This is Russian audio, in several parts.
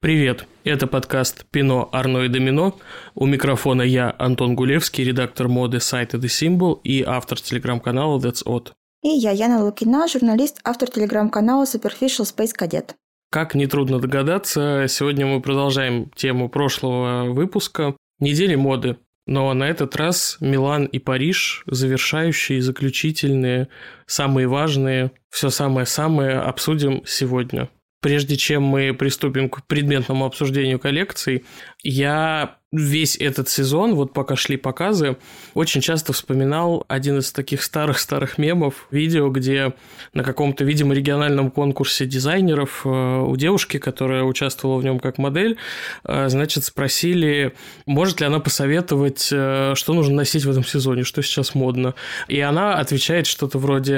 Привет, это подкаст «Пино, Арно и Домино». У микрофона я, Антон Гулевский, редактор моды сайта The Symbol и автор телеграм-канала That's Odd. И я, Яна Лукина, журналист, автор телеграм-канала Superficial Space Cadet. Как нетрудно догадаться, сегодня мы продолжаем тему прошлого выпуска «Недели моды». Но на этот раз Милан и Париж, завершающие, заключительные, самые важные, все самое-самое обсудим сегодня. Прежде чем мы приступим к предметному обсуждению коллекций, я весь этот сезон, вот пока шли показы, очень часто вспоминал один из таких старых-старых мемов, видео, где на каком-то, видимо, региональном конкурсе дизайнеров у девушки, которая участвовала в нем как модель, значит, спросили, может ли она посоветовать, что нужно носить в этом сезоне, что сейчас модно. И она отвечает что-то вроде,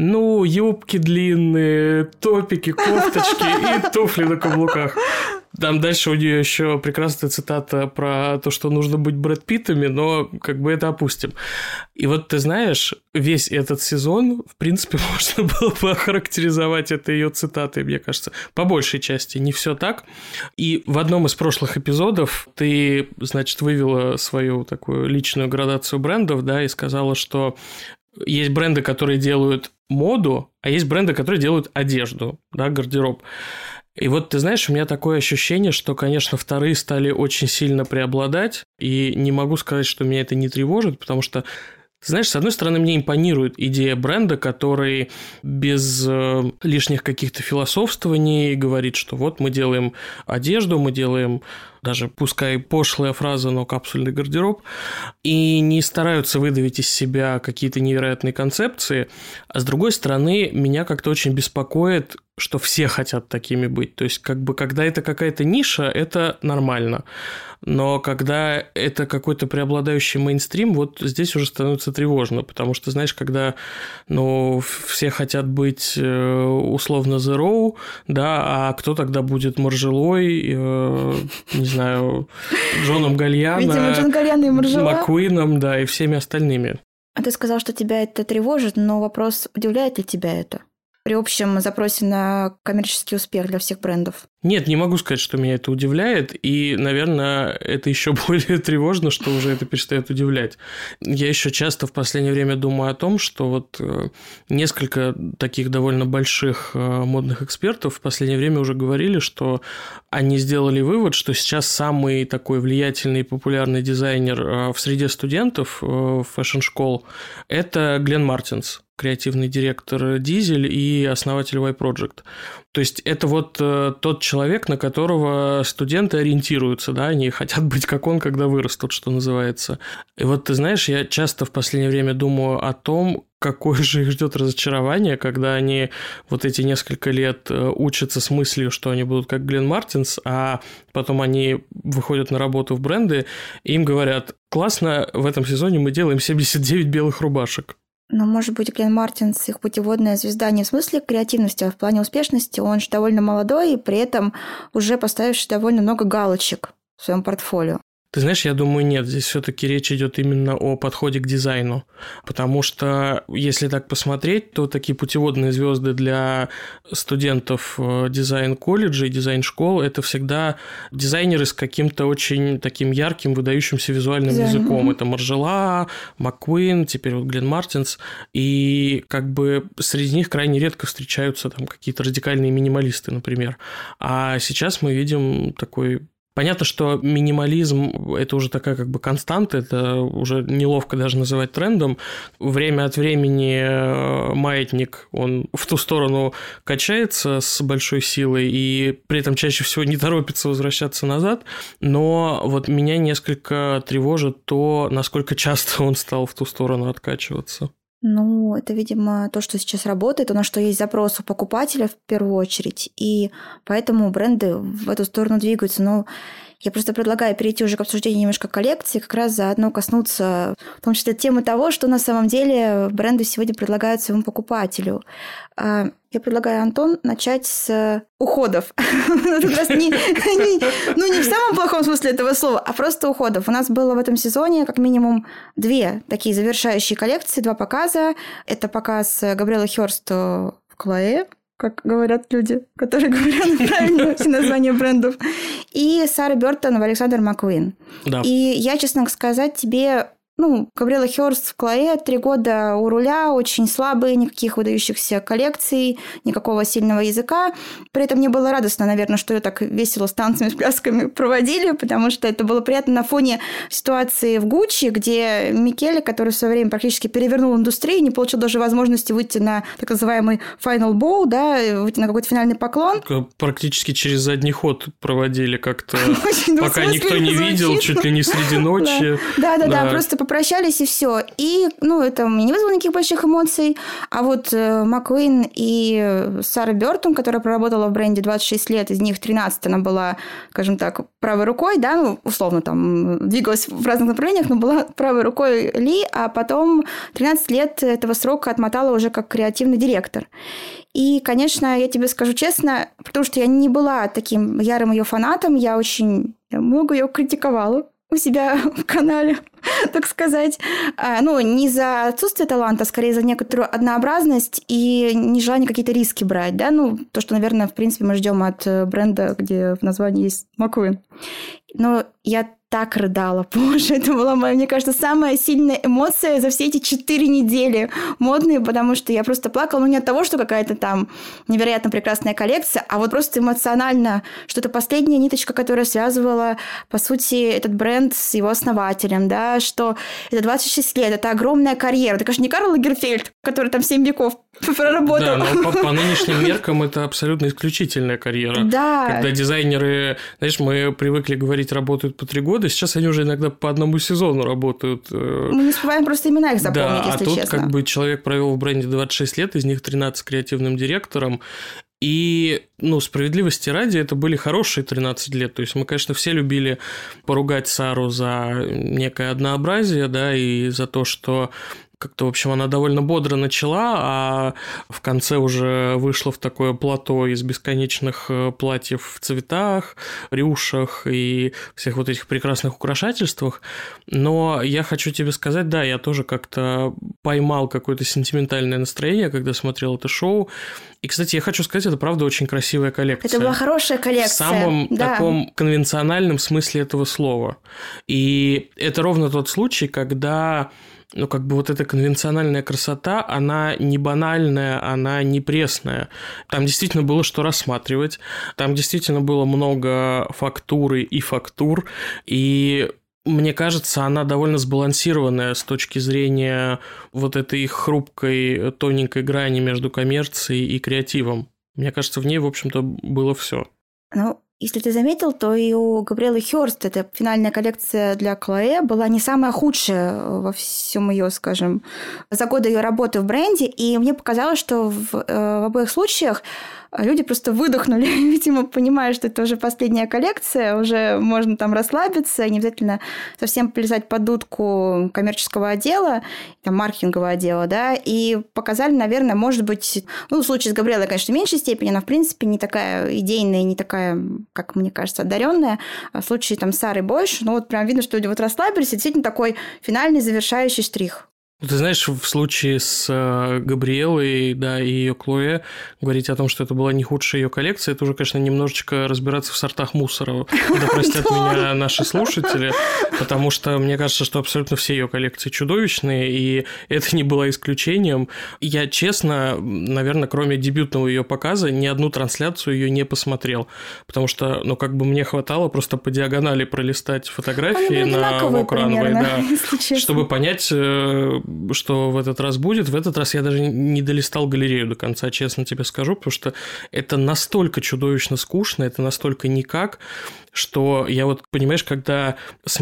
юбки длинные, топики, кофточки и туфли на каблуках. Там дальше у нее еще прекрасная цитата про то, что нужно быть Брэд Питтами, но как бы это опустим. И вот ты знаешь, весь этот сезон, в принципе, можно было бы охарактеризовать это ее цитатой, мне кажется, по большей части, не все так. И в одном из прошлых эпизодов ты, значит, вывела свою такую личную градацию брендов, да, и сказала, что есть бренды, которые делают моду, а есть бренды, которые делают одежду, да, гардероб. И вот, ты знаешь, у меня такое ощущение, что, конечно, вторые стали очень сильно преобладать, и не могу сказать, что меня это не тревожит, потому что, ты знаешь, с одной стороны, мне импонирует идея бренда, который без лишних каких-то философствований говорит, что вот мы делаем одежду, мы делаем даже, пускай пошлая фраза, но капсульный гардероб, и не стараются выдавить из себя какие-то невероятные концепции, а с другой стороны, меня как-то очень беспокоит, что все хотят такими быть. То есть, как бы, когда это какая-то ниша, это нормально. Но когда это какой-то преобладающий мейнстрим, вот здесь уже становится тревожно, потому что, знаешь, когда, все хотят быть условно Zero, да, а кто тогда будет Маржелой, не знаю, Джоном Гальяно, видимо, Джон Гальяно и Маржела, Маккуином, да, и всеми остальными. А ты сказал, что тебя это тревожит, но вопрос, удивляет ли тебя это? При общем запросе на коммерческий успех для всех брендов? Нет, не могу сказать, что меня это удивляет, и, наверное, это еще более тревожно, что уже это перестает удивлять. Я еще часто в последнее время думаю о том, что вот несколько таких довольно больших модных экспертов в последнее время уже говорили, что они сделали вывод, что сейчас самый такой влиятельный и популярный дизайнер в среде студентов фэшн-школ – это Глен Мартинс, креативный директор Дизель и основатель Y-Project. То есть это вот тот человек, на которого студенты ориентируются, да, они хотят быть как он, когда вырастут, что называется. И вот ты знаешь, я часто в последнее время думаю о том, какое же их ждет разочарование, когда они вот эти несколько лет учатся с мыслью, что они будут как Глен Мартинс, а потом они выходят на работу в бренды, и им говорят, классно, в этом сезоне мы делаем 79 белых рубашек. Но, может быть, Глен Мартинс, их путеводная звезда не в смысле креативности, а в плане успешности. Он же довольно молодой и при этом уже поставивший довольно много галочек в своем портфолио. Ты знаешь, я думаю, нет, здесь все-таки речь идет именно о подходе к дизайну, потому что, если так посмотреть, то такие путеводные звезды для студентов дизайн-колледжей, дизайн-школ – это всегда дизайнеры с каким-то очень таким ярким, выдающимся визуальным языком. Это Маржела, Маккуин, теперь вот Глен Мартинс, и как бы среди них крайне редко встречаются там какие-то радикальные минималисты, например. А сейчас мы видим такой... Понятно, что минимализм – это уже такая как бы константа, это уже неловко даже называть трендом. Время от времени маятник, он в ту сторону качается с большой силой и при этом чаще всего не торопится возвращаться назад. Но вот меня несколько тревожит то, насколько часто он стал в ту сторону откачиваться. Это, видимо, то, что сейчас работает, то, на что есть запрос у покупателя в первую очередь, и поэтому бренды в эту сторону двигаются. Но я просто предлагаю перейти уже к обсуждению немножко коллекции, как раз заодно коснуться, в том числе, темы того, что на самом деле бренды сегодня предлагают своему покупателю. Я предлагаю, Антон, начать с уходов. Как раз не в самом плохом смысле этого слова, а просто уходов. У нас было в этом сезоне как минимум 2 такие завершающие коллекции, 2 показа. Это показ Габриэлы Хёрст в Chloé, как говорят люди, которые говорят правильно все названия брендов, и Сара Бёртон в Александр Маккуин. Да. И я, честно сказать, тебе... Габриэла Хёрст в Chloé 3 года у руля, очень слабые, никаких выдающихся коллекций, никакого сильного языка. При этом мне было радостно, наверное, что ее так весело с танцами, с плясками проводили, потому что это было приятно на фоне ситуации в Гуччи, где Микеле, который в свое время практически перевернул индустрию, не получил даже возможности выйти на так называемый final bow, да, выйти на какой-то финальный поклон. Практически через задний ход проводили как-то, пока никто не видел, чуть ли не среди ночи. Да, просто попрощались и все. И, это мне не вызвало никаких больших эмоций. А вот Маккуин и Сара Бёртон, которая проработала в бренде 26 лет, из них 13 она была, скажем так, правой рукой, да, условно там двигалась в разных направлениях, но была правой рукой Ли, а потом 13 лет этого срока отмотала уже как креативный директор. И, конечно, я тебе скажу честно, потому что я не была таким ярым ее фанатом, я очень много ее критиковала у себя в канале, так сказать. Не за отсутствие таланта, а скорее за некоторую однообразность и нежелание какие-то риски брать, да, то, что, наверное, в принципе, мы ждем от бренда, где в названии есть Маккуин. Но я так рыдала, боже, это была моя, мне кажется, самая сильная эмоция за все эти 4 недели модные, потому что я просто плакала, не от того, что какая-то там невероятно прекрасная коллекция, а вот просто эмоционально, что это последняя ниточка, которая связывала, по сути, этот бренд с его основателем, да, что это 26 лет, это огромная карьера, это, конечно, не Карл Лагерфельд, который там 7 веков проработал. Да, но по нынешним меркам это абсолютно исключительная карьера. Да. Когда дизайнеры, знаешь, мы привыкли говорить, работают по 3 года, сейчас они уже иногда по 1 сезону работают. Мы не успеваем просто имена их запомнить, если честно. А тут как бы человек провел в бренде 26 лет, из них 13 креативным директором, и, справедливости ради, это были хорошие 13 лет. То есть мы, конечно, все любили поругать Сару за некое однообразие, да, и за то, что как-то, в общем, она довольно бодро начала, а в конце уже вышла в такое плато из бесконечных платьев в цветах, рюшах и всех вот этих прекрасных украшательствах. Но я хочу тебе сказать, да, я тоже как-то поймал какое-то сентиментальное настроение, когда смотрел это шоу. И, кстати, я хочу сказать, это правда очень красивая коллекция. Это была хорошая коллекция. В самом таком конвенциональном смысле этого слова. И это ровно тот случай, когда... вот эта конвенциональная красота, она не банальная, она не пресная. Там действительно было что рассматривать, там действительно было много фактуры и фактур, и мне кажется, она довольно сбалансированная с точки зрения вот этой хрупкой, тоненькой грани между коммерцией и креативом. Мне кажется, в ней, в общем-то, было все. Если ты заметил, то и у Габриэлы Хёрст эта финальная коллекция для Chloé была не самая худшая во всем ее, скажем, за годы ее работы в бренде. И мне показалось, что в обоих случаях люди просто выдохнули, видимо, понимая, что это уже последняя коллекция, уже можно там расслабиться, не обязательно совсем плясать под дудку коммерческого отдела, там, маркетингового отдела, да, и показали, наверное, может быть, в случае с Габриэлой, конечно, в меньшей степени, она, в принципе, не такая идейная, не такая, как мне кажется, одаренная, а в случае там Сары больше, прям видно, что люди вот расслабились, и действительно такой финальный завершающий штрих. Ты знаешь, в случае с Габриэлой, да, и ее Chloé, говорить о том, что это была не худшая ее коллекция, это уже, конечно, немножечко разбираться в сортах мусора. Да простят меня наши слушатели, потому что мне кажется, что абсолютно все ее коллекции чудовищные, и это не было исключением. Я, честно, наверное, кроме дебютного ее показа, ни одну трансляцию ее не посмотрел, потому что, мне хватало просто по диагонали пролистать фотографии на Vogue Runway, да, чтобы понять, что в этот раз будет. В этот раз я даже не долистал галерею до конца, честно тебе скажу, потому что это настолько чудовищно скучно, это настолько никак, что я понимаешь, когда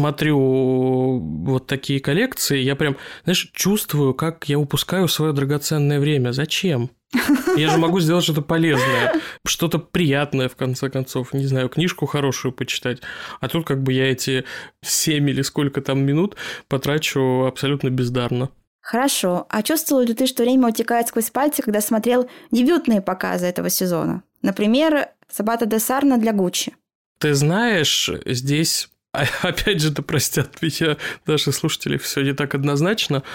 смотрю вот такие коллекции, я прям, знаешь, чувствую, как я упускаю свое драгоценное время. Зачем? Я же могу сделать что-то полезное, что-то приятное, в конце концов, не знаю, книжку хорошую почитать, а тут я эти 7 или сколько там минут потрачу абсолютно бездарно. Хорошо. А чувствовал ли ты, что время утекает сквозь пальцы, когда смотрел дебютные показы этого сезона? Например, Сабата де Сарна для Гуччи. Ты знаешь, здесь, опять же, да простят меня наши слушатели, все не так однозначно.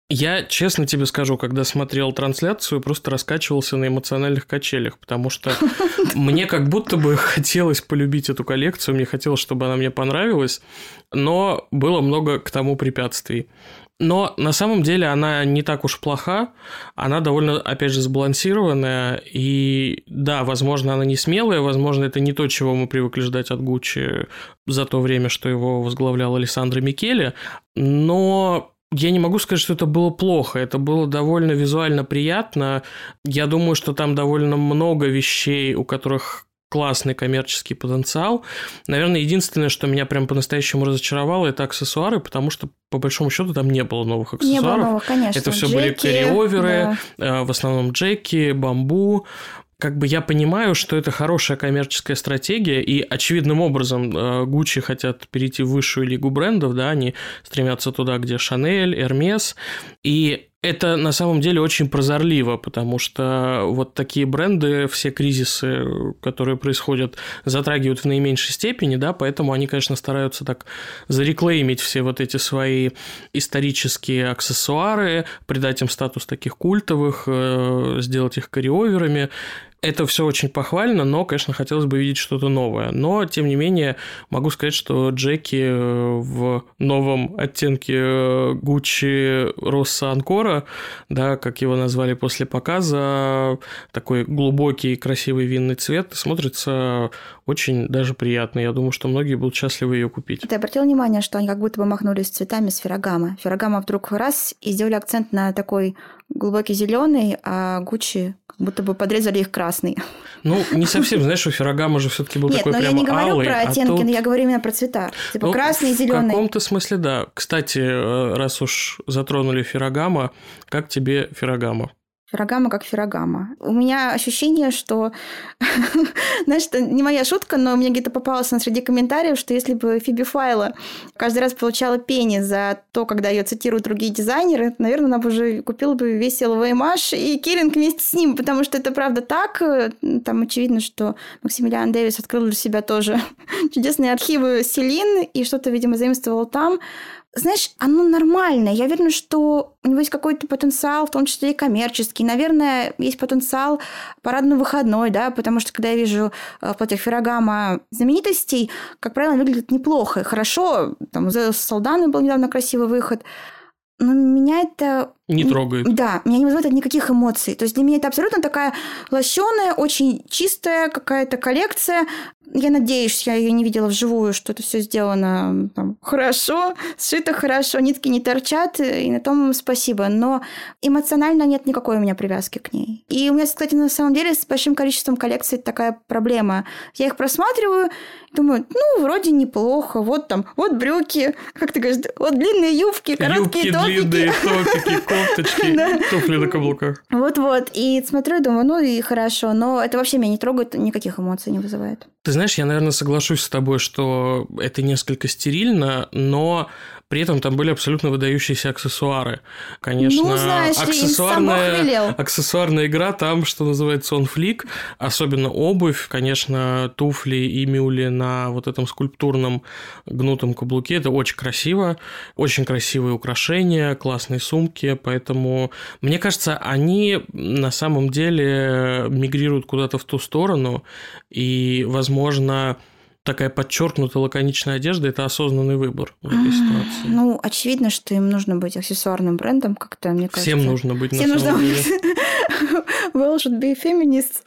Я, честно тебе скажу, когда смотрел трансляцию, просто раскачивался на эмоциональных качелях, потому что мне как будто бы хотелось полюбить эту коллекцию, мне хотелось, чтобы она мне понравилась, но было много к тому препятствий. Но на самом деле она не так уж плоха, она довольно, опять же, сбалансированная, и да, возможно, она не смелая, возможно, это не то, чего мы привыкли ждать от Гуччи за то время, что его возглавлял Алессандро Микеле, но... Я не могу сказать, что это было плохо, это было довольно визуально приятно. Я думаю, что там довольно много вещей, у которых классный коммерческий потенциал. Наверное, единственное, что меня прям по-настоящему разочаровало, это аксессуары, потому что, по большому счету, там не было новых аксессуаров. Не было новых, конечно. Это все были карри-оверы, да. В основном джеки, бамбу. Как бы я понимаю, что это хорошая коммерческая стратегия, и очевидным образом Гуччи хотят перейти в высшую лигу брендов, да, они стремятся туда, где Шанель, Эрмес, и это на самом деле очень прозорливо, потому что вот такие бренды, все кризисы, которые происходят, затрагивают в наименьшей степени, да, поэтому они, конечно, стараются так зареклеймить все вот эти свои исторические аксессуары, придать им статус таких культовых, сделать их карри-оверами. Это все очень похвально, но, конечно, хотелось бы видеть что-то новое. Но, тем не менее, могу сказать, что джеки в новом оттенке Gucci Rossa Ancora, да, как его назвали после показа, такой глубокий красивый винный цвет, смотрится очень даже приятно. Я думаю, что многие будут счастливы ее купить. Ты обратил внимание, что они как будто бы махнулись цветами с Феррагамо. Феррагамо вдруг раз и сделали акцент на такой глубокий зеленый, а Гуччи как будто бы подрезали их красный. Ну, не совсем, знаешь, у Феррагамо же все-таки был такой прямо алый. Нет, но я не говорю про оттенки, но я говорю именно про цвета. Типа красный и зеленый. В каком-то смысле, да. Кстати, раз уж затронули Феррагамо, как тебе Феррагамо? Феррагамо как Феррагамо. У меня ощущение, что... Знаешь, это не моя шутка, но мне где-то попалось среди комментариев, что если бы Фиби Файло каждый раз получала пени за то, когда ее цитируют другие дизайнеры, наверное, она бы уже купила бы весь LVMH и Киринг вместе с ним, потому что это правда так. Там очевидно, что Максимилиан Дэвис открыл для себя тоже чудесные архивы Селин и что-то, видимо, заимствовал там. Знаешь, оно нормальное. Я уверена, что у него есть какой-то потенциал, в том числе и коммерческий. Наверное, есть потенциал парадно-выходной, да, потому что, когда я вижу в платьях Феррагамо знаменитостей, как правило, выглядит неплохо. Хорошо, там, у Зои Салданы был недавно красивый выход. Но меня это... Не трогает. Да, меня не вызывает никаких эмоций. То есть для меня это абсолютно такая лощеная, очень чистая какая-то коллекция. Я надеюсь, я ее не видела вживую, что это все сделано там, хорошо, сшито хорошо, нитки не торчат, и на том спасибо. Но эмоционально нет никакой у меня привязки к ней. И у меня, кстати, на самом деле с большим количеством коллекций такая проблема. Я их просматриваю, думаю, ну, вроде неплохо. Вот там, вот брюки, как ты говоришь, вот длинные юбки, короткие топики. Длинные топики, кофточки, туфли на каблуках. Вот-вот. И смотрю, думаю, ну и хорошо. Но это вообще меня не трогает, никаких эмоций не вызывает. Ты знаешь, я, наверное, соглашусь с тобой, что это несколько стерильно, но при этом там были абсолютно выдающиеся аксессуары. Конечно, ну, знаешь, аксессуарная игра там, что называется, on fleek, особенно обувь, конечно, туфли и мюли на вот этом скульптурном гнутом каблуке, это очень красиво, очень красивые украшения, классные сумки, поэтому, мне кажется, они на самом деле мигрируют куда-то в ту сторону, и, возможно, такая подчеркнутая лаконичная одежда – это осознанный выбор в этой ситуации. Ну, очевидно, что им нужно быть аксессуарным брендом, как-то, мне кажется. Всем нужно быть, на самом деле. Well, should be feminists.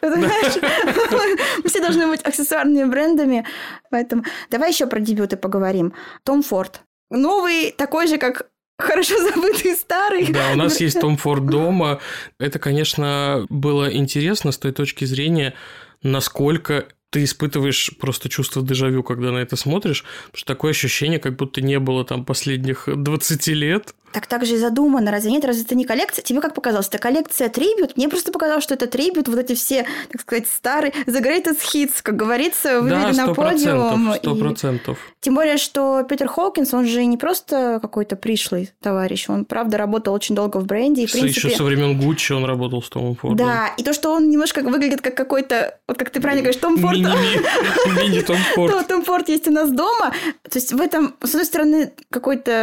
Все должны быть аксессуарными брендами. Поэтому давай еще про дебюты поговорим. Том Форд. Новый, такой же, как хорошо забытый старый. Да, у нас есть Том Форд дома. Это, конечно, было интересно с той точки зрения, насколько ты испытываешь просто чувство дежавю, когда на это смотришь, потому что такое ощущение, как будто не было там последних 20 лет. Так же и задумано. Разве нет? Разве это не коллекция? Тебе как показалось? Это коллекция трибют? Мне просто показалось, что это трибют, вот эти все, так сказать, старые The Greatest Hits, как говорится, вывели на подиум. 100%. Тем более, что Питер Хоукинс, он же не просто какой-то пришлый товарищ, он, правда, работал очень долго в бренде. И, в принципе... Еще со времен Гуччи он работал с Томом Фордом. Да, и то, что он немножко выглядит как какой-то, вот как ты правильно говоришь, Том Форд. Мини Том Форд. Том Форд есть у нас дома. То есть в этом, с одной стороны, какой-то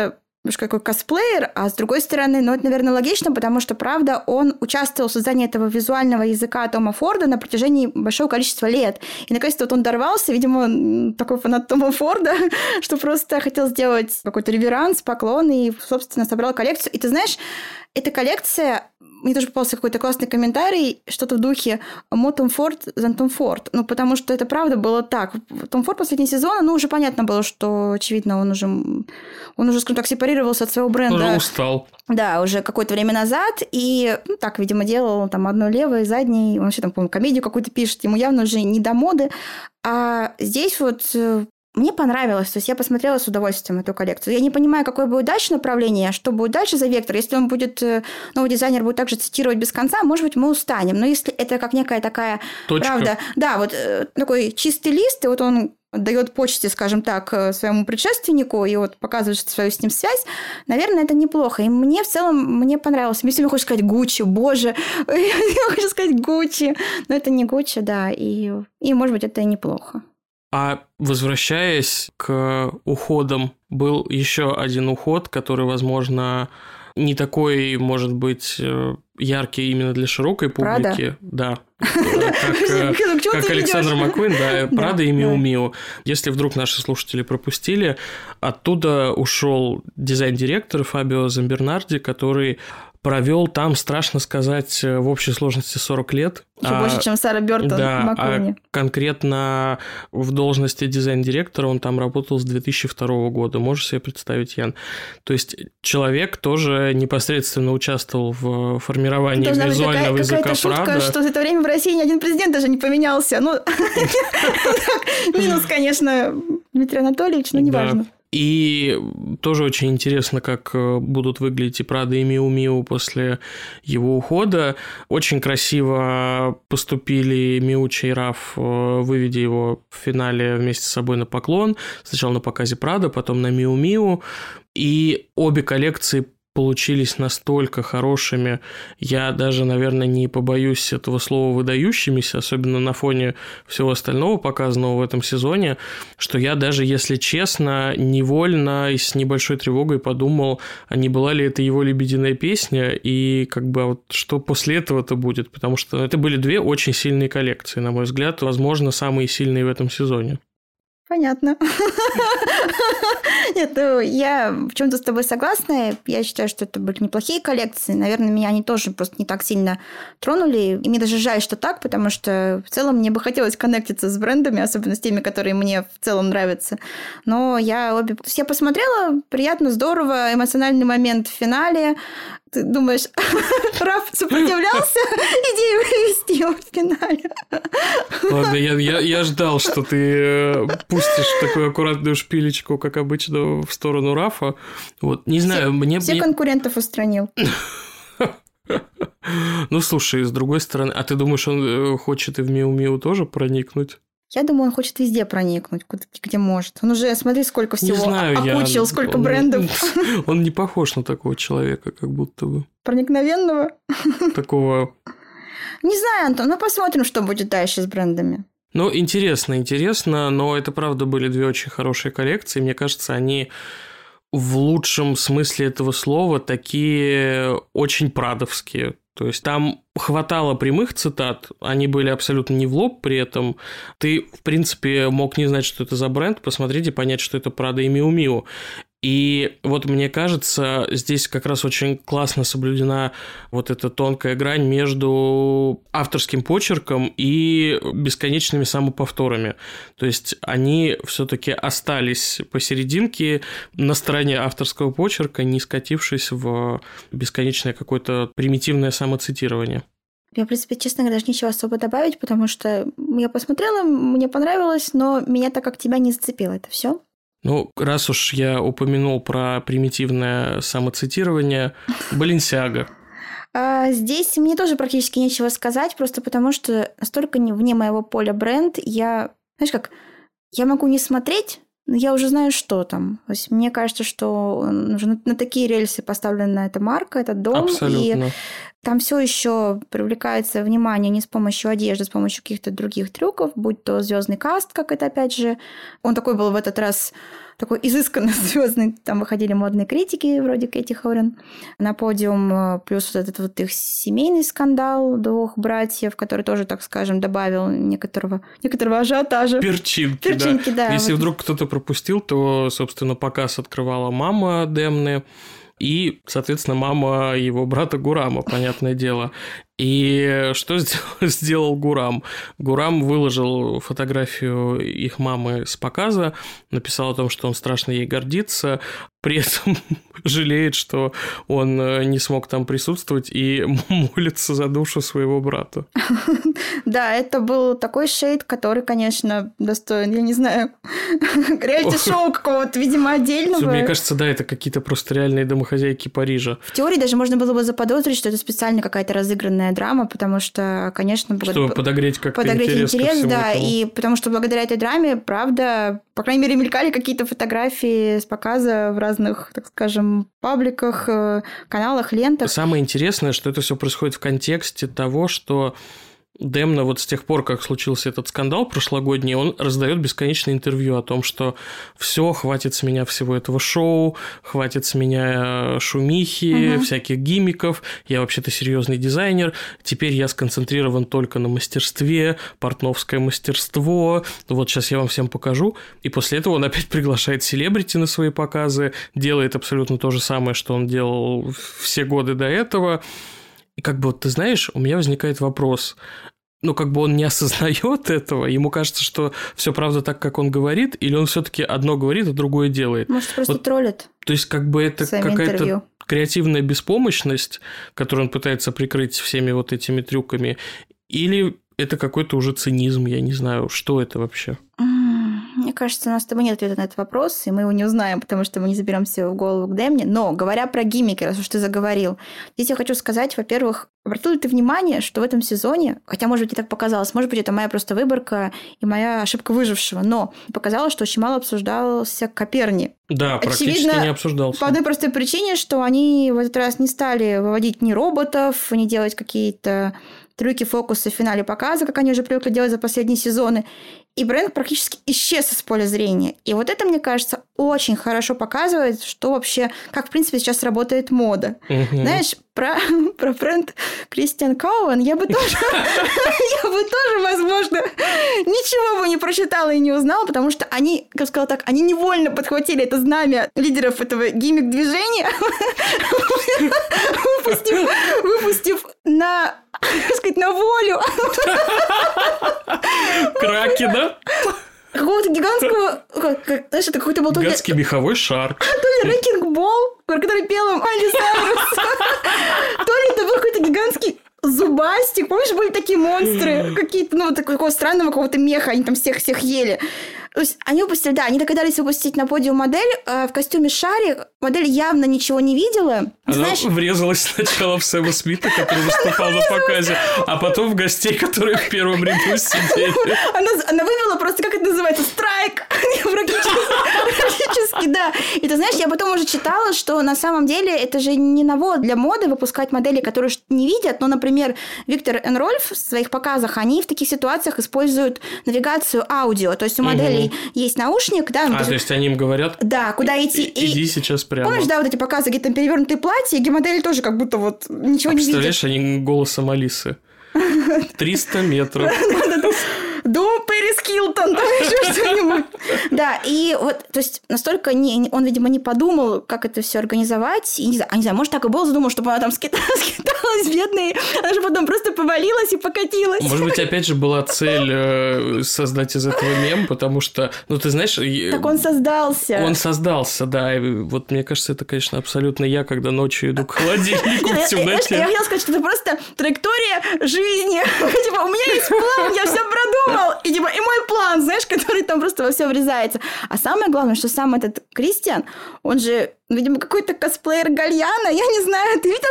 немножко какой косплеер, а с другой стороны, ну, это, наверное, логично, потому что, правда, он участвовал в создании этого визуального языка Тома Форда на протяжении большого количества лет. И, наконец-то, вот он дорвался, видимо, такой фанат Тома Форда, что просто хотел сделать какой-то реверанс, поклон и, собственно, собрал коллекцию. И ты знаешь, эта коллекция... Мне тоже попался какой-то классный комментарий, что-то в духе «More Tom Ford than Tom Ford». Ну, потому что это правда было так. Том Форд последний сезон, ну, уже понятно было, что, очевидно, он уже, скажем так, сепарировался от своего бренда. Уже устал. Да, уже какое-то время назад. И ну, так, видимо, делал там одной левой, задней. Он вообще там, по-моему, комедию какую-то пишет. Ему явно уже не до моды. А здесь вот... Мне понравилось, то есть я посмотрела с удовольствием эту коллекцию. Я не понимаю, какое будет дальше направление, что будет дальше за вектор. Если он будет, новый дизайнер будет также цитировать без конца, может быть, мы устанем. Но если это как некая такая, точка. Правда, да, вот такой чистый лист, и вот он дает почте, скажем так, своему предшественнику и вот показывает свою с ним связь, наверное, это неплохо. И мне в целом, мне понравилось. Мне все время хочется сказать Гуччи, боже, я хочу сказать Гуччи, но это не Гуччи, да, и может быть, это и неплохо. А возвращаясь к уходам, был еще один уход, который, возможно, не такой, может быть, яркий именно для широкой публики. Прада? Да. Как Александр Маккуин, да, Прада и Миу Миу. Если вдруг наши слушатели пропустили, оттуда ушел дизайн-директор Фабио Замбернарди, который провел там, страшно сказать, в общей сложности 40 лет. Еще больше, чем Сара Бёртон в Маккуине. Конкретно в должности дизайн-директора он там работал с 2002 года. Можешь себе представить, Ян? То есть человек тоже непосредственно участвовал в формировании визуального языка шутка, Прада. Что за это время в России ни один президент даже не поменялся. Ну, минус, конечно, Дмитрий Анатольевич, но неважно. И тоже очень интересно, как будут выглядеть и Прада, и Миу Миу после его ухода. Очень красиво поступили Миуччи и Раф, выведя его в финале вместе с собой на поклон. Сначала на показе Прада, потом на Миу Миу. И обе коллекции получились настолько хорошими, я даже, наверное, не побоюсь этого слова выдающимися, особенно на фоне всего остального показанного в этом сезоне, что я даже, если честно, невольно и с небольшой тревогой подумал, а не была ли это его лебединая песня, и как бы вот что после этого-то будет, потому что это были две очень сильные коллекции, на мой взгляд, возможно, самые сильные в этом сезоне. Понятно. Нет, ну, я в чем-то с тобой согласна. Я считаю, что это были неплохие коллекции. Наверное, меня они тоже просто не так сильно тронули. И мне даже жаль, что так, потому что в целом мне бы хотелось коннектиться с брендами, особенно с теми, которые мне в целом нравятся. Но я посмотрела, приятно, здорово, эмоциональный момент в финале. Ты думаешь, Раф сопротивлялся идее вывести его в финале? Ладно, я ждал, что ты пустишь такую аккуратную шпилечку, как обычно, в сторону Рафа. Вот, не знаю, мне... Все конкурентов устранил. Ну, слушай, с другой стороны, а ты думаешь, он хочет и в Миу Миу тоже проникнуть? Я думаю, он хочет везде проникнуть, где может. Он уже, смотри, сколько всего окучил, сколько брендов. Он не похож на такого человека, как будто бы. Проникновенного? Такого... Не знаю, Антон, ну посмотрим, что будет дальше с брендами. Ну, интересно, но это, правда, были две очень хорошие коллекции. Мне кажется, они в лучшем смысле этого слова такие очень прадовские. То есть там хватало прямых цитат, они были абсолютно не в лоб при этом. Ты, в принципе, мог не знать, что это за бренд, посмотреть и понять, что это Прада и Миу Миу. И вот мне кажется, здесь как раз очень классно соблюдена вот эта тонкая грань между авторским почерком и бесконечными самоповторами. То есть они все-таки остались посерединке на стороне авторского почерка, не скатившись в бесконечное какое-то примитивное самоцитирование. Я, в принципе, честно говоря, даже ничего особо добавить, потому что я посмотрела, мне понравилось, но меня так как тебя не зацепило. Это все. Ну, раз уж я упомянул про примитивное самоцитирование, Баленсиага. Здесь мне тоже практически нечего сказать, просто потому что настолько вне моего поля бренд, я могу не смотреть, но я уже знаю, что там. То есть мне кажется, что уже на такие рельсы поставлена эта марка, этот дом. Абсолютно. И Там все еще привлекается внимание не с помощью одежды, а с помощью каких-то других трюков, будь то звездный каст, как это опять же. Он такой был в этот раз такой изысканно звездный. Там выходили модные критики вроде Кэти Хорин на подиум, плюс вот этот вот их семейный скандал двух братьев, который тоже, так скажем, добавил некоторого ажиотажа. Перчинки, да. Если вот. Вдруг кто-то пропустил, то, собственно, показ открывала мама Демны и, соответственно, мама его брата Гурама, понятное дело. И что сделал Гурам? Гурам выложил фотографию их мамы с показа, написал о том, что он страшно ей гордится, при этом жалеет, что он не смог там присутствовать и молится за душу своего брата. Да, это был такой шейд, который, конечно, достоин, я не знаю, реалити-шоу какого-то, видимо, отдельного. Мне кажется, да, это какие-то просто реальные домохозяйки Парижа. В теории даже можно было бы заподозрить, что это специально какая-то разыгранная драма, потому что, конечно... Чтобы подогреть как-то интерес да, этому. И потому что благодаря этой драме, правда, по крайней мере, мелькали какие-то фотографии с показа в разных, так скажем, пабликах, каналах, лентах. Самое интересное, что это все происходит в контексте того, что Демна вот с тех пор, как случился этот скандал прошлогодний, он раздает бесконечное интервью о том, что все, хватит с меня всего этого шоу, хватит с меня шумихи, всяких гиммиков, я вообще-то серьезный дизайнер, теперь я сконцентрирован только на мастерстве, портновское мастерство, вот сейчас я вам всем покажу, и после этого он опять приглашает селебрити на свои показы, делает абсолютно то же самое, что он делал все годы до этого. И как бы вот ты знаешь, у меня возникает вопрос. Ну, как бы он не осознает этого, ему кажется, что все правда так, как он говорит, или он все-таки одно говорит, а другое делает. Может, просто вот, троллит. То есть, как бы это какая-то креативная беспомощность, которую он пытается прикрыть всеми вот этими трюками, или это какой-то уже цинизм, я не знаю, что это вообще? Мне кажется, у нас с тобой нет ответа на этот вопрос, и мы его не узнаем, потому что мы не заберемся в голову к Демне. Но, говоря про гиммики, раз уж ты заговорил, здесь я хочу сказать, во-первых, обратил ли ты внимание, что в этом сезоне, хотя, может быть, и так показалось, может быть, это моя просто выборка и моя ошибка выжившего, но показалось, что очень мало обсуждался Коперни. Да, практически не обсуждался. По одной простой причине, что они в этот раз не стали выводить ни роботов, не делать какие-то трюки, фокусы в финале показа, как они уже привыкли делать за последние сезоны. И бренд практически исчез из поля зрения. И вот это, мне кажется, очень хорошо показывает, что вообще, как, в принципе, сейчас работает мода. Знаешь, про бренд Кристиан Коуэн я бы тоже, возможно, ничего бы не прочитала и не узнала, потому что они, как сказала так, они невольно подхватили это знамя лидеров этого гиммик-движения, выпустив на волю Кракена. Какого-то гигантского... Знаешь, это какой-то был... Гигантский меховой шар. То ли рекинг-бол, про который пела Майли Сайрус. То ли это был какой-то гигантский зубастик. Помнишь, были такие монстры? Какие-то, ну, такого странного какого-то меха. Они там всех ели. То есть они выпустили, да, они догадались выпустить на подиум модель в костюме Шари. Модель явно ничего не видела. Она врезалась сначала в Сэма Смита, который выступал на показе, а потом в гостей, которые в первом ряду сидели. Она вывела просто, как это называется, страйк. Практически, да. И ты знаешь, я потом уже читала, что на самом деле это же не навод для моды выпускать модели, которые не видят. Но, например, Виктор и Рольф в своих показах, они в таких ситуациях используют навигацию аудио. То есть у моделей есть наушник, да. То есть они им говорят, да, куда идти. Иди сейчас прямо. Помнишь, да, вот эти показы, где там перевернутые платья, где модели тоже как будто вот ничего не видят. Представляешь, они голосом Алисы. 300 метров. Дом Пэрис Хилтон, там еще что-нибудь. Да, и вот, то есть, настолько он, видимо, не подумал, как это все организовать. И не знаю, может, так и было, задумал, чтобы она там скиталась, бедная. Она же потом просто повалилась и покатилась. Может быть, опять же, была цель создать из этого мем, потому что, ну, ты знаешь... Так он создался. Он создался, да. И вот мне кажется, это, конечно, абсолютно я, когда ночью иду к холодильнику в темноте. Я хотела сказать, что это просто траектория жизни. Типа, у меня есть план, я все продумал. И типа, и мой план, знаешь, который там просто во все врезается. А самое главное, что сам этот Кристиан, он же, видимо, какой-то косплеер Гальяна, я не знаю, ты видел его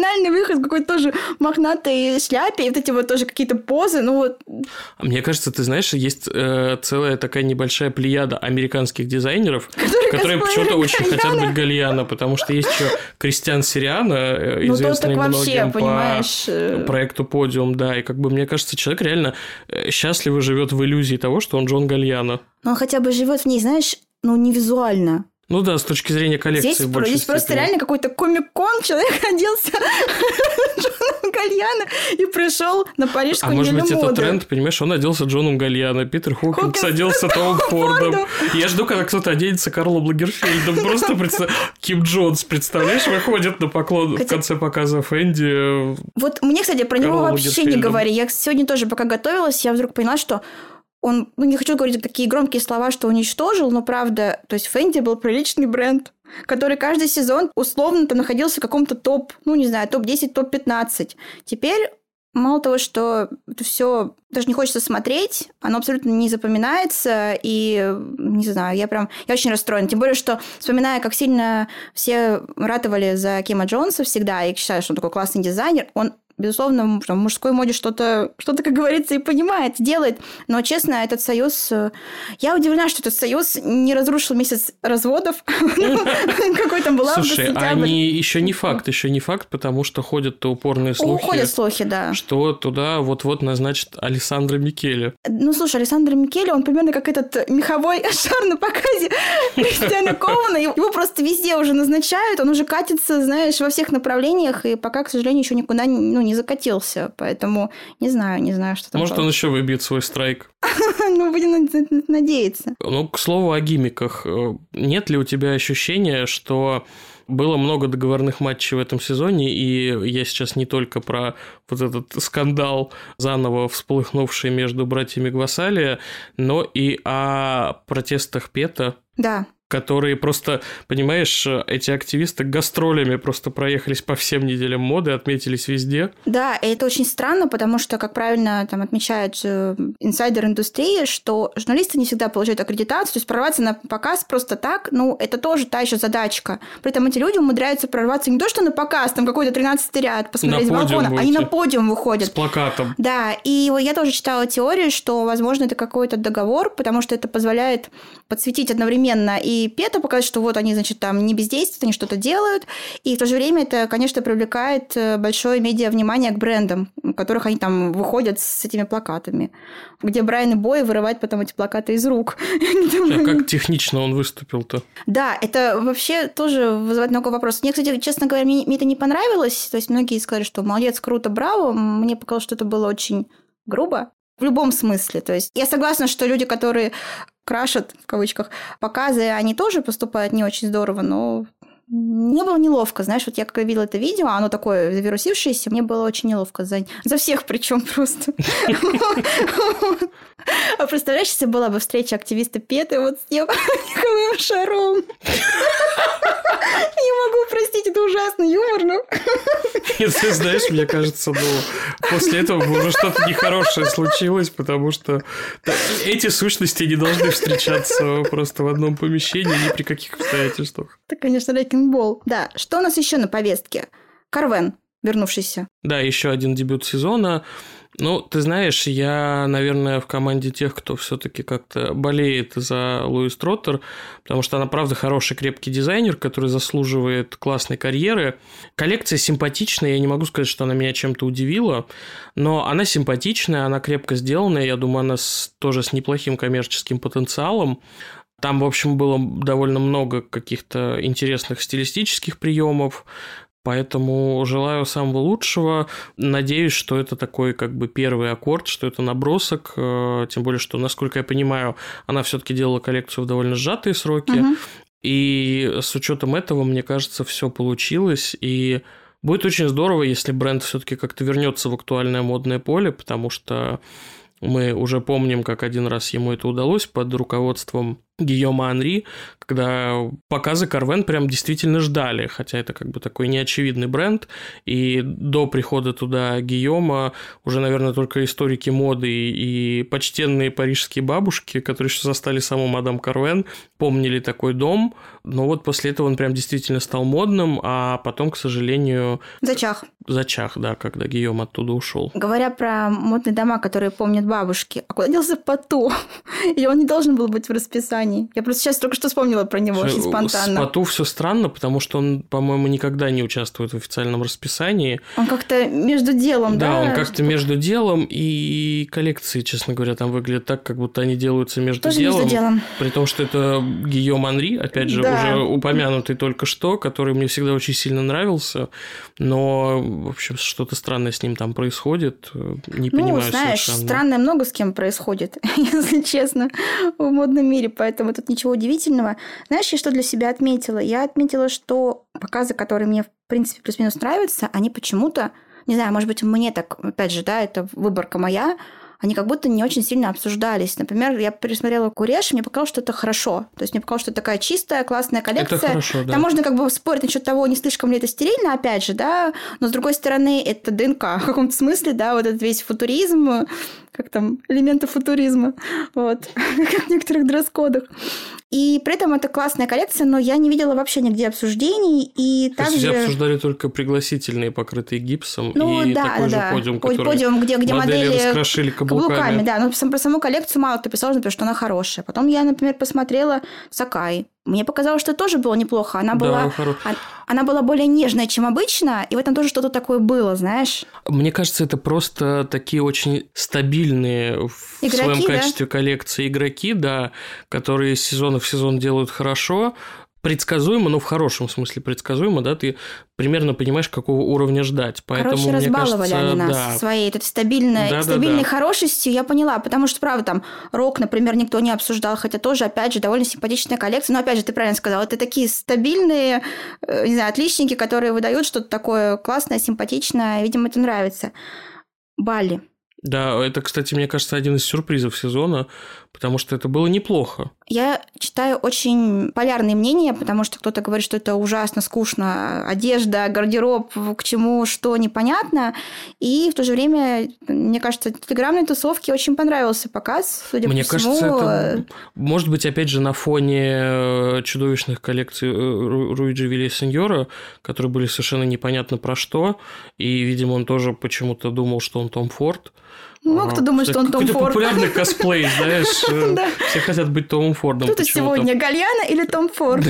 финальный выход в какой-то тоже мохнатой шляпе, и вот эти вот тоже какие-то позы, ну вот. Мне кажется, ты знаешь, есть целая такая небольшая плеяда американских дизайнеров, которые почему-то очень хотят быть Гальяно, потому что есть еще Кристиан Сириано, известный многим по проекту «Подиум», да, и как бы мне кажется, человек реально счастливо живет в иллюзии того, что он Джон Гальяно. Но он хотя бы живет в ней, знаешь, ну не визуально. Ну да, с точки зрения коллекции. Здесь просто реально какой-то комик-кон, человек оделся Джоном Гальяно и пришел на парижскую неделю моды. А может быть, это тренд, понимаешь, он оделся Джоном Гальяно, Питер Хокинс оделся Томом Фордом. Я жду, когда кто-то оденется Карлом Лагерфельдом. Просто Ким Джонс, представляешь, выходит на поклон в конце показа Фенди. Вот мне, кстати, про него вообще не говори. Я сегодня тоже, пока готовилась, я вдруг поняла, что он, ну, не хочу говорить такие громкие слова, что уничтожил, но правда, то есть Фенди был приличный бренд, который каждый сезон условно там находился в каком-то топ, ну, не знаю, топ-10, топ-15. Теперь мало того, что это все даже не хочется смотреть, оно абсолютно не запоминается, и, не знаю, я очень расстроена. Тем более, что, вспоминая, как сильно все ратовали за Кима Джонса всегда, и считаю, что он такой классный дизайнер, он безусловно, в мужской моде что-то, как говорится, и понимает, делает. Но, честно, этот союз... Я удивлена, что этот союз не разрушил месяц разводов. Какой там была. Слушай, они еще не факт, потому что ходят упорные слухи. Ходят слухи, да. Что туда вот-вот назначат Алессандро Микеле. Ну, слушай, Алессандро Микеле, он примерно как этот меховой шар на показе Кристиана Кована. Его просто везде уже назначают, он уже катится, знаешь, во всех направлениях, и пока, к сожалению, еще никуда не закатился, поэтому не знаю, что там. Может, он еще выбьет свой страйк. Ну, будем надеяться. Ну, к слову о гиммиках. Нет ли у тебя ощущения, что было много договорных матчей в этом сезоне, и я сейчас не только про вот этот скандал, заново всполыхнувший между братьями Гвасалия, но и о протестах ПЕТА. Да. Которые просто, понимаешь, эти активисты гастролями просто проехались по всем неделям моды, отметились везде. Да, и это очень странно, потому что, как правильно там отмечают инсайдер индустрии, что журналисты не всегда получают аккредитацию, то есть прорваться на показ просто так, ну, это тоже та еще задачка. При этом эти люди умудряются прорваться не то, что на показ, там какой-то 13-й ряд, посмотреть с балкона, они на подиум выходят. С плакатом. Да, и я тоже читала теорию, что, возможно, это какой-то договор, потому что это позволяет подсветить одновременно и ПЕТа, показать, что вот они, значит, там не бездействуют, они что-то делают, и в то же время это, конечно, привлекает большое медиа-внимание к брендам, у которых они там выходят с этими плакатами, где Брайан и Бой вырывают потом эти плакаты из рук. А как технично он выступил-то? Да, это вообще тоже вызывает много вопросов. Мне, кстати, честно говоря, мне это не понравилось, то есть многие сказали, что молодец, круто, браво, мне показалось, что это было очень грубо. В любом смысле. То есть я согласна, что люди, которые крашат, в кавычках, показы, они тоже поступают не очень здорово, но мне было неловко. Знаешь, вот я когда видела это видео, оно такое завирусившееся, мне было очень неловко за всех причем просто. А представляешь, если была бы встреча активиста ПЕТы вот с тем меховым шаром? Не могу простить, это ужасный юмор, но... Ты знаешь, мне кажется, после этого уже что-то нехорошее случилось, потому что эти сущности не должны встречаться просто в одном помещении ни при каких обстоятельствах. Это, конечно, рекинг-бол. Да, что у нас еще на повестке? Карвен, вернувшийся. Да, еще один дебют сезона. Ну, ты знаешь, я, наверное, в команде тех, кто все-таки как-то болеет за Луис Троттер, потому что она, правда, хороший, крепкий дизайнер, который заслуживает классной карьеры. Коллекция симпатичная, я не могу сказать, что она меня чем-то удивила, но она симпатичная, она крепко сделанная, я думаю, она тоже с неплохим коммерческим потенциалом. Там, в общем, было довольно много каких-то интересных стилистических приемов. Поэтому желаю самого лучшего. Надеюсь, что это такой как бы первый аккорд, что это набросок. Тем более, что, насколько я понимаю, она все-таки делала коллекцию в довольно сжатые сроки. Угу. И с учетом этого, мне кажется, все получилось. И будет очень здорово, если бренд все-таки как-то вернется в актуальное модное поле, потому что мы уже помним, как один раз ему это удалось под руководством Гийома Анри, когда показы Карвен прям действительно ждали, хотя это как бы такой неочевидный бренд, и до прихода туда Гийома уже, наверное, только историки моды и почтенные парижские бабушки, которые еще застали саму мадам Карвен, помнили такой дом, но вот после этого он прям действительно стал модным, а потом, к сожалению... Зачах, да, когда Гийом оттуда ушел. Говоря про модные дома, которые помнят бабушки, а куда делся Пату? Или он не должен был быть в расписании? Я просто сейчас только что вспомнила про него очень спонтанно. С Пату все странно, потому что он, по-моему, никогда не участвует в официальном расписании. Он как-то между делом, да? Да, он как-то между делом, и коллекции, честно говоря, там выглядят так, как будто они делаются между делом. При том, что это Гийом Анри, опять же, уже упомянутый только что, который мне всегда очень сильно нравился, но, в общем, что-то странное с ним там происходит, не понимаю знаешь, совершенно. Странное много с кем происходит, если честно, в модном мире, поэтому тут ничего удивительного. Знаешь, я что для себя отметила? Я отметила, что показы, которые мне, в принципе, плюс-минус нравятся, они почему-то, не знаю, может быть, мне так, опять же, да, это выборка моя, они как будто не очень сильно обсуждались. Например, я пересмотрела Куреш, и мне показалось, что это хорошо. То есть мне показалось, что это такая чистая, классная коллекция. Это хорошо, да. Там можно как бы спорить насчет того, не слишком ли это стерильно, опять же, да, но с другой стороны, это ДНК в каком-то смысле, да, вот этот весь футуризм, как там, элементы футуризма, вот, как в некоторых дресс-кодах. И при этом это классная коллекция, но я не видела вообще нигде обсуждений. И то также... есть обсуждали только пригласительные, покрытые гипсом, и такой же подиум, где модели раскрошили каблуками. Да, но про саму коллекцию мало кто писал, например, что она хорошая. Потом я, например, посмотрела Сакай. Мне показалось, что тоже было неплохо. Она была более нежная, чем обычно, и в этом тоже что-то такое было, знаешь. Мне кажется, это просто такие очень стабильные в своем качестве коллекции игроки, да, которые из сезона в сезон делают хорошо, предсказуемо, но в хорошем смысле предсказуемо, да, ты примерно понимаешь, какого уровня ждать. Поэтому, короче, разбаловали мне кажется, они нас своей этой стабильной хорошестью, я поняла, потому что, правда, там Рок, например, никто не обсуждал, хотя тоже, опять же, довольно симпатичная коллекция, но, опять же, ты правильно сказала, это такие стабильные, не знаю, отличники, которые выдают что-то такое классное, симпатичное, видимо, это нравится. Балли. Да, это, кстати, мне кажется, один из сюрпризов сезона, потому что это было неплохо. Я читаю очень полярные мнения, потому что кто-то говорит, что это ужасно скучно, одежда, гардероб, к чему, что, непонятно. И в то же время, мне кажется, телеграммной тусовке очень понравился показ, судя по всему. Мне кажется, это, может быть, опять же, на фоне чудовищных коллекций Руиджи Вильясеньора, которые были совершенно непонятно про что, и, видимо, он тоже почему-то думал, что он Том Форд. Кто думает, что он Том Форд. Какой-то популярный косплей, знаешь, все хотят быть Томом Фордом. Кто-то сегодня, Гальяна или Том Форд?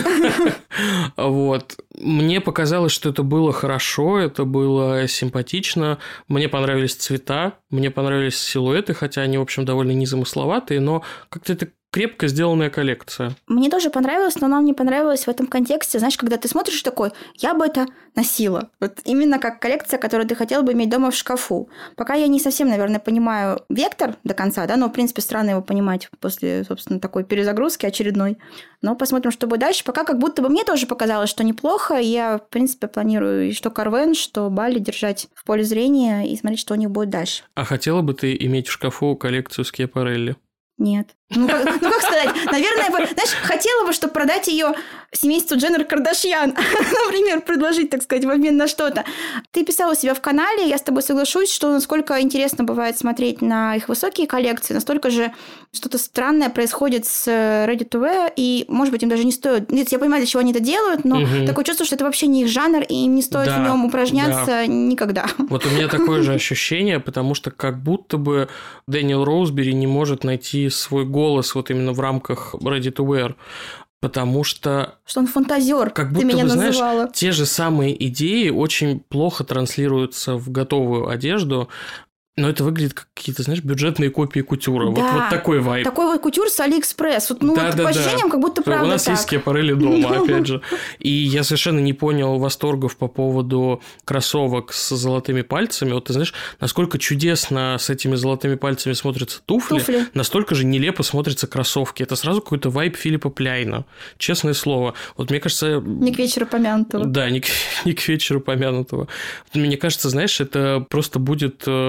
Вот. Мне показалось, что это было хорошо, это было симпатично. Мне понравились цвета, мне понравились силуэты, хотя они, в общем, довольно незамысловатые, но как-то это крепко сделанная коллекция. Мне тоже понравилось, но нам не понравилось в этом контексте. Знаешь, когда ты смотришь такой, я бы это носила. Вот именно как коллекция, которую ты хотел бы иметь дома в шкафу. Пока я не совсем, наверное, понимаю вектор до конца, да, но, в принципе, странно его понимать после, собственно, такой перезагрузки очередной. Но посмотрим, что будет дальше. Пока как будто бы мне тоже показалось, что неплохо. Я, в принципе, планирую и что Карвен, что Балли держать в поле зрения и смотреть, что у них будет дальше. А хотела бы ты иметь в шкафу коллекцию Скиапарелли? Нет. Как сказать? Наверное, знаешь, хотела бы, чтобы продать ее семейству Дженнер Кардашьян. Например, предложить, так сказать, в обмен на что-то. Ты писала у себя в канале, я с тобой соглашусь, что насколько интересно бывает смотреть на их высокие коллекции, настолько же что-то странное происходит с Ready to Wear, и, может быть, им даже не стоит... Нет, я понимаю, для чего они это делают, но такое чувство, что это вообще не их жанр, и им не стоит в нем упражняться никогда. Вот у меня такое же ощущение, потому что как будто бы Дэниел Роузбери не может найти свой голос вот именно в рамках Ready to Wear. Потому что он фантазер, как будто ты меня бы, называла. Знаешь, те же самые идеи очень плохо транслируются в готовую одежду. Но это выглядит как какие-то, знаешь, бюджетные копии кутюра. Да, вот такой вайб. Такой вот кутюр с Алиэкспресс. Вот, по ощущениям, как будто правда. У нас так. есть Скиапарелли дома, опять же. И я совершенно не понял восторгов по поводу кроссовок с золотыми пальцами. Вот ты знаешь, насколько чудесно с этими золотыми пальцами смотрятся туфли. Настолько же нелепо смотрятся кроссовки. Это сразу какой-то вайб Филиппа Пляйна. Честное слово. Вот мне кажется... Не к вечеру помянутого. Да, не к вечеру помянутого. Мне кажется, знаешь, это просто будет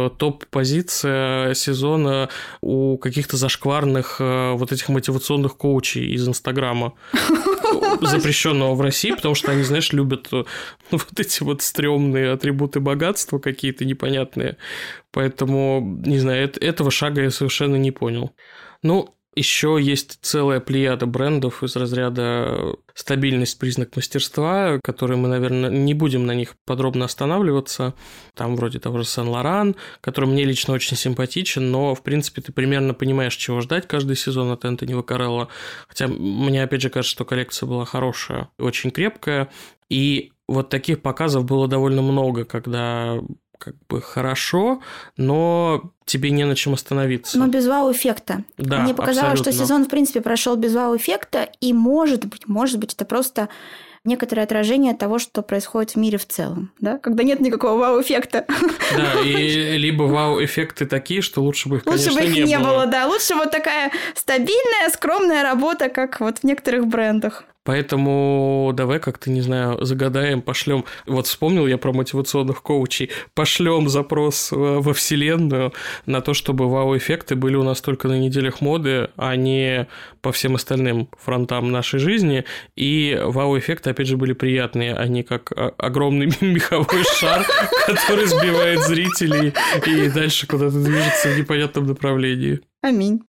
топ-позиция сезона у каких-то зашкварных вот этих мотивационных коучей из Инстаграма, запрещенного в России, потому что они, знаешь, любят вот эти вот стрёмные атрибуты богатства какие-то непонятные. Поэтому, не знаю, этого шага я совершенно не понял. Ну, еще есть целая плеяда брендов из разряда стабильность, признак мастерства, которые мы, наверное, не будем на них подробно останавливаться. Там вроде того же Saint-Laurent, который мне лично очень симпатичен, но, в принципе, ты примерно понимаешь, чего ждать каждый сезон от Энтони Ваккарелло. Хотя мне, опять же, кажется, что коллекция была хорошая, очень крепкая. И вот таких показов было довольно много, когда как бы хорошо, но тебе не на чем остановиться. Но без вау-эффекта. Да, мне показалось, абсолютно. что сезон, в принципе, прошел без вау-эффекта, и, может быть, это просто некоторое отражение того, что происходит в мире в целом, да? Когда нет никакого вау-эффекта. Да, и либо вау-эффекты такие, что лучше бы их, конечно, лучше бы их не было, да. Лучше вот такая стабильная, скромная работа, как вот в некоторых брендах. Поэтому давай как-то, не знаю, загадаем, пошлем. Вот вспомнил я про мотивационных коучей. Пошлем запрос во Вселенную на то, чтобы вау-эффекты были у нас только на неделях моды, а не по всем остальным фронтам нашей жизни. И вау-эффекты, опять же, были приятные, а не как огромный меховой шар, который сбивает зрителей и дальше куда-то движется в непонятном направлении. Аминь.